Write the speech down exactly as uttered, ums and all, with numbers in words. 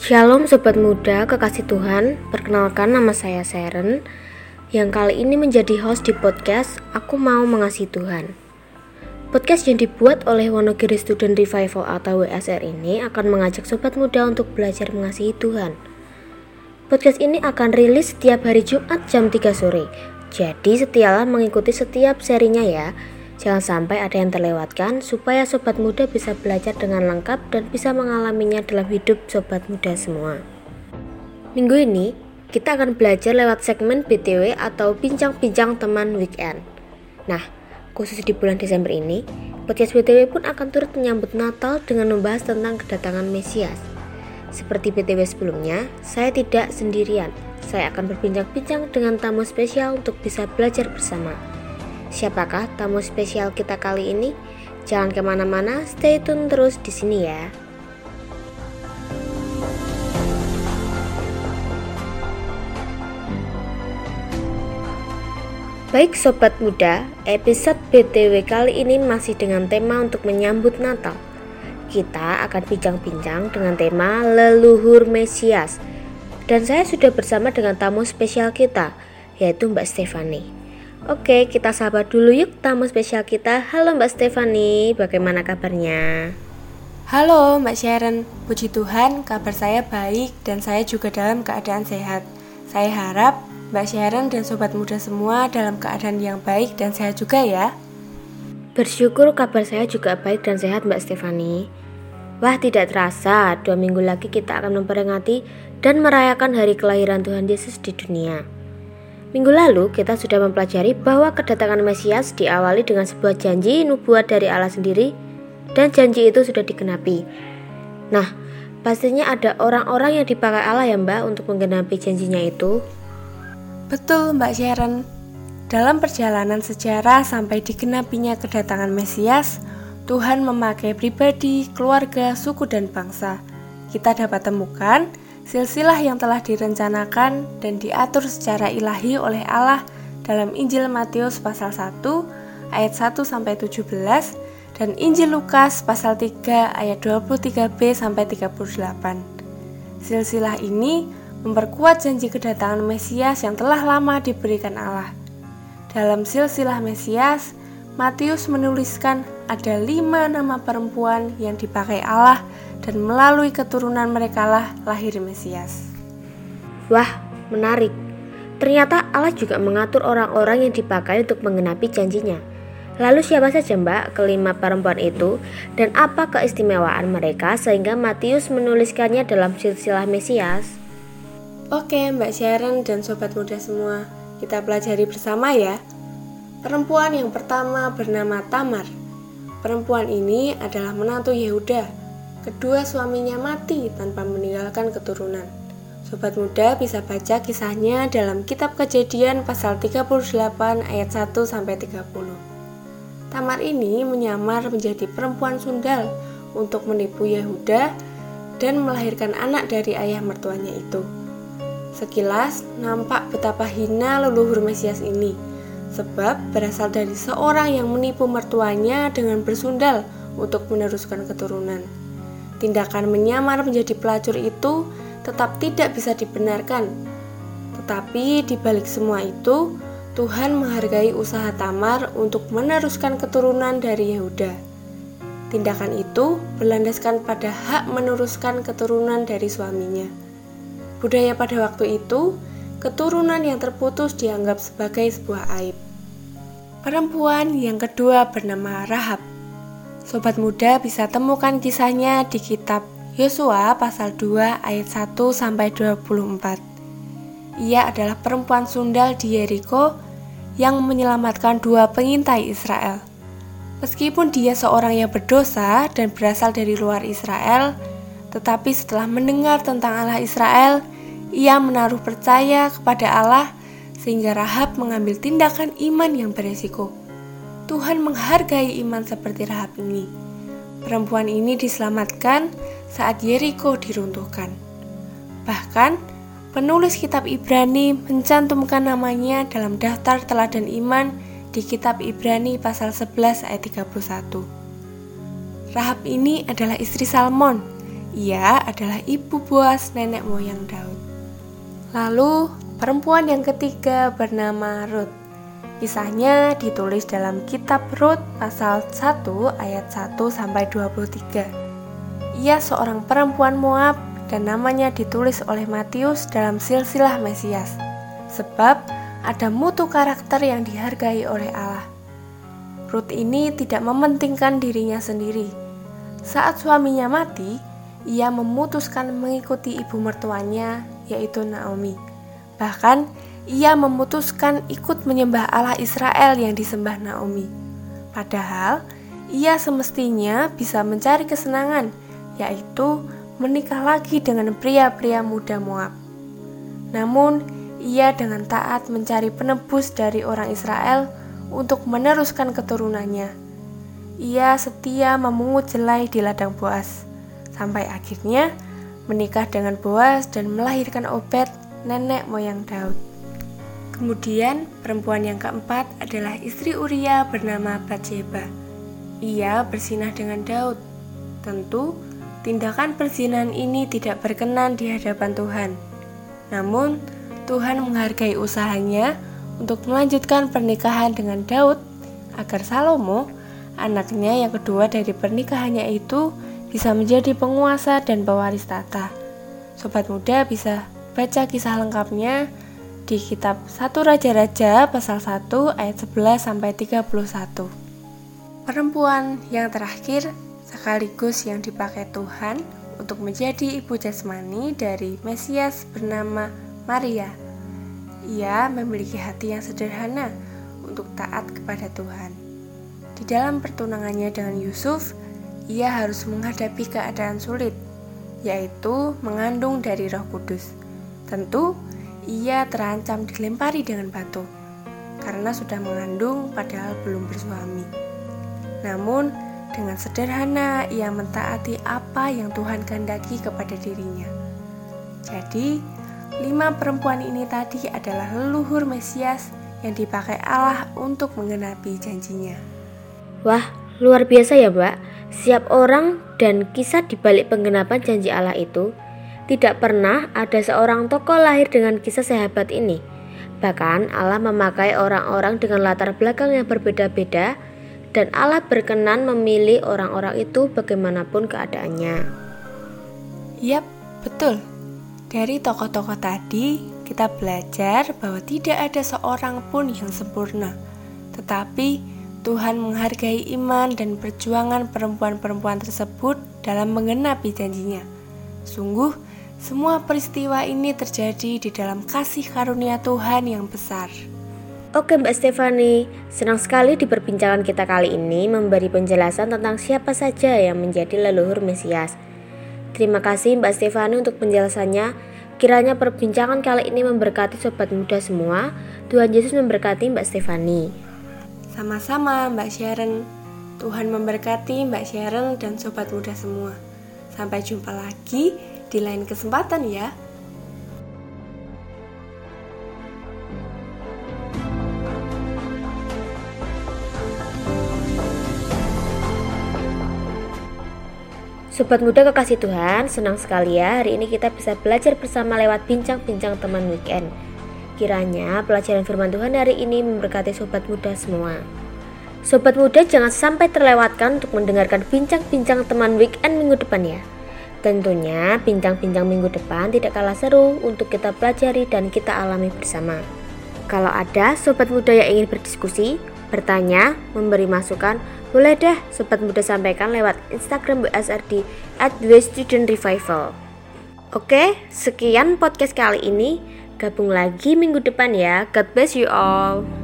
Shalom Sobat Muda, kekasih Tuhan. Perkenalkan, nama saya Sharon, yang kali ini menjadi host di podcast Aku Mau Mengasihi Tuhan. Podcast yang dibuat oleh Wonogiri Student Revival atau W S R ini akan mengajak Sobat Muda untuk belajar mengasihi Tuhan. Podcast ini akan rilis setiap hari Jumat jam tiga sore. Jadi setialah mengikuti setiap serinya ya. Jangan sampai ada yang terlewatkan supaya Sobat Muda bisa belajar dengan lengkap dan bisa mengalaminya dalam hidup Sobat Muda semua. Minggu ini kita akan belajar lewat segmen B T W atau Bincang-Bincang Teman Weekend. Nah, khusus di bulan Desember ini, podcast B T W pun akan turut menyambut Natal dengan membahas tentang kedatangan Mesias. Seperti B T W sebelumnya, saya tidak sendirian. Saya akan berbincang-bincang dengan tamu spesial untuk bisa belajar bersama. Siapakah tamu spesial kita kali ini? Jangan kemana-mana, stay tune terus di sini ya. Baik Sobat Muda, episode B T W kali ini masih dengan tema untuk menyambut Natal. Kita akan bincang-bincang dengan tema Leluhur Mesias. Dan saya sudah bersama dengan tamu spesial kita, yaitu Mbak Stephanie. Oke, kita sapa dulu yuk tamu spesial kita. Halo Mbak Stephanie, bagaimana kabarnya? Halo Mbak Sharon, puji Tuhan kabar saya baik dan saya juga dalam keadaan sehat. Saya harap Mbak Sharon dan Sobat Muda semua dalam keadaan yang baik dan sehat juga ya. Bersyukur kabar saya juga baik dan sehat Mbak Stephanie. Wah, tidak terasa, dua minggu lagi kita akan memperingati dan merayakan hari kelahiran Tuhan Yesus di dunia. Minggu lalu kita sudah mempelajari bahwa kedatangan Mesias diawali dengan sebuah janji nubuat dari Allah sendiri dan janji itu sudah digenapi. Nah, pastinya ada orang-orang yang dipakai Allah ya Mbak untuk menggenapi janjinya itu. Betul Mbak Sharon. Dalam perjalanan sejarah sampai digenapinya kedatangan Mesias, Tuhan memakai pribadi, keluarga, suku dan bangsa. Kita dapat temukan silsilah yang telah direncanakan dan diatur secara ilahi oleh Allah dalam Injil Matius pasal satu ayat satu sampai tujuh belas dan Injil Lukas pasal tiga ayat dua puluh tiga b sampai tiga puluh delapan. Silsilah ini memperkuat janji kedatangan Mesias yang telah lama diberikan Allah. Dalam silsilah Mesias, Matius menuliskan ada lima nama perempuan yang dipakai Allah dan melalui keturunan merekalah lahir Mesias. Wah, menarik. Ternyata Allah juga mengatur orang-orang yang dipakai untuk menggenapi janjinya. Lalu siapa saja Mbak kelima perempuan itu dan apa keistimewaan mereka sehingga Matius menuliskannya dalam silsilah Mesias? Oke Mbak Sharon dan Sobat Muda semua, kita pelajari bersama ya. Perempuan yang pertama bernama Tamar. Perempuan ini adalah menantu Yehuda. Kedua suaminya mati tanpa meninggalkan keturunan. Sobat Muda bisa baca kisahnya dalam kitab Kejadian pasal tiga puluh delapan ayat satu sampai tiga puluh. Tamar ini menyamar menjadi perempuan sundal untuk menipu Yehuda dan melahirkan anak dari ayah mertuanya itu. Sekilas nampak betapa hina leluhur Mesias ini, sebab berasal dari seorang yang menipu mertuanya dengan bersundal untuk meneruskan keturunan. Tindakan menyamar menjadi pelacur itu tetap tidak bisa dibenarkan. Tetapi di balik semua itu, Tuhan menghargai usaha Tamar untuk meneruskan keturunan dari Yehuda. Tindakan itu berlandaskan pada hak meneruskan keturunan dari suaminya. Budaya pada waktu itu, keturunan yang terputus dianggap sebagai sebuah aib. Perempuan yang kedua bernama Rahab. Sobat Muda bisa temukan kisahnya di kitab Yosua pasal dua ayat satu sampai dua puluh empat. Ia adalah perempuan sundal di Yeriko yang menyelamatkan dua pengintai Israel. Meskipun dia seorang yang berdosa dan berasal dari luar Israel, tetapi setelah mendengar tentang Allah Israel, ia menaruh percaya kepada Allah sehingga Rahab mengambil tindakan iman yang beresiko. Tuhan menghargai iman seperti Rahab ini. Perempuan ini diselamatkan saat Yeriko diruntuhkan. Bahkan, penulis kitab Ibrani mencantumkan namanya dalam daftar teladan iman di kitab Ibrani pasal sebelas ayat tiga puluh satu. Rahab ini adalah istri Salmon Ia adalah ibu Boas, nenek moyang Daud. Lalu perempuan yang ketiga bernama Rut. Kisahnya ditulis dalam kitab Rut pasal satu ayat satu sampai dua puluh tiga. Ia seorang perempuan Moab dan namanya ditulis oleh Matius dalam silsilah Mesias. Sebab ada mutu karakter yang dihargai oleh Allah. Rut ini tidak mementingkan dirinya sendiri. Saat suaminya mati, ia memutuskan mengikuti ibu mertuanya, yaitu Naomi. Bahkan, ia memutuskan ikut menyembah Allah Israel yang disembah Naomi. Padahal, ia semestinya bisa mencari kesenangan, yaitu menikah lagi dengan pria-pria muda Moab. Namun, ia dengan taat mencari penebus dari orang Israel untuk meneruskan keturunannya. Ia setia memungut jelai di ladang Boas, sampai akhirnya menikah dengan Boas dan melahirkan Obed, nenek moyang Daud. Kemudian perempuan yang keempat adalah istri Uria bernama Batsheba. Ia berzinah dengan Daud. Tentu, tindakan perzinahan ini tidak berkenan di hadapan Tuhan. Namun, Tuhan menghargai usahanya untuk melanjutkan pernikahan dengan Daud agar Salomo, anaknya yang kedua dari pernikahannya itu, bisa menjadi penguasa dan pewaris tahta. Sobat muda bisa baca kisah lengkapnya di kitab satu Raja-Raja pasal satu ayat sebelas sampai tiga puluh satu. Perempuan yang terakhir sekaligus yang dipakai Tuhan untuk menjadi ibu jasmani dari Mesias bernama Maria. Ia memiliki hati yang sederhana untuk taat kepada Tuhan. Di dalam pertunangannya dengan Yusuf, ia harus menghadapi keadaan sulit, yaitu mengandung dari Roh Kudus. Tentu, ia terancam dilempari dengan batu, karena sudah mengandung padahal belum bersuami. Namun, dengan sederhana ia mentaati apa yang Tuhan kehendaki kepada dirinya. Jadi, lima perempuan ini tadi adalah leluhur Mesias yang dipakai Allah untuk menggenapi janjinya. Wah, luar biasa ya Mbak. Setiap orang dan kisah di balik penggenapan janji Allah itu, tidak pernah ada seorang tokoh lahir dengan kisah sehebat ini. Bahkan Allah memakai orang-orang dengan latar belakang yang berbeda-beda, dan Allah berkenan memilih orang-orang itu bagaimanapun keadaannya. Yap, betul. Dari tokoh-tokoh tadi, kita belajar bahwa tidak ada seorang pun yang sempurna. Tetapi Tuhan menghargai iman dan perjuangan perempuan-perempuan tersebut dalam menggenapi janjinya. Sungguh, semua peristiwa ini terjadi di dalam kasih karunia Tuhan yang besar. Oke Mbak Stefani, senang sekali di perbincangan kita kali ini memberi penjelasan tentang siapa saja yang menjadi leluhur Mesias. Terima kasih Mbak Stefani untuk penjelasannya. Kiranya perbincangan kali ini memberkati sobat muda semua. Tuhan Yesus memberkati Mbak Stefani. Sama-sama Mbak Sharon. Tuhan memberkati Mbak Sharon dan sobat muda semua. Sampai jumpa lagi di lain kesempatan ya. Sobat muda kekasih Tuhan, senang sekali ya hari ini kita bisa belajar bersama lewat bincang-bincang teman weekend. Kiranya pelajaran firman Tuhan hari ini memberkati sobat muda semua. Sobat muda jangan sampai terlewatkan untuk mendengarkan bincang-bincang teman weekend minggu depan ya. Tentunya bincang-bincang minggu depan tidak kalah seru untuk kita pelajari dan kita alami bersama. Kalau ada sobat muda yang ingin berdiskusi, bertanya, memberi masukan, boleh deh sobat muda sampaikan lewat Instagram B S R D at W Student Revival. Oke, sekian podcast kali ini. Gabung lagi minggu depan ya. God bless you all.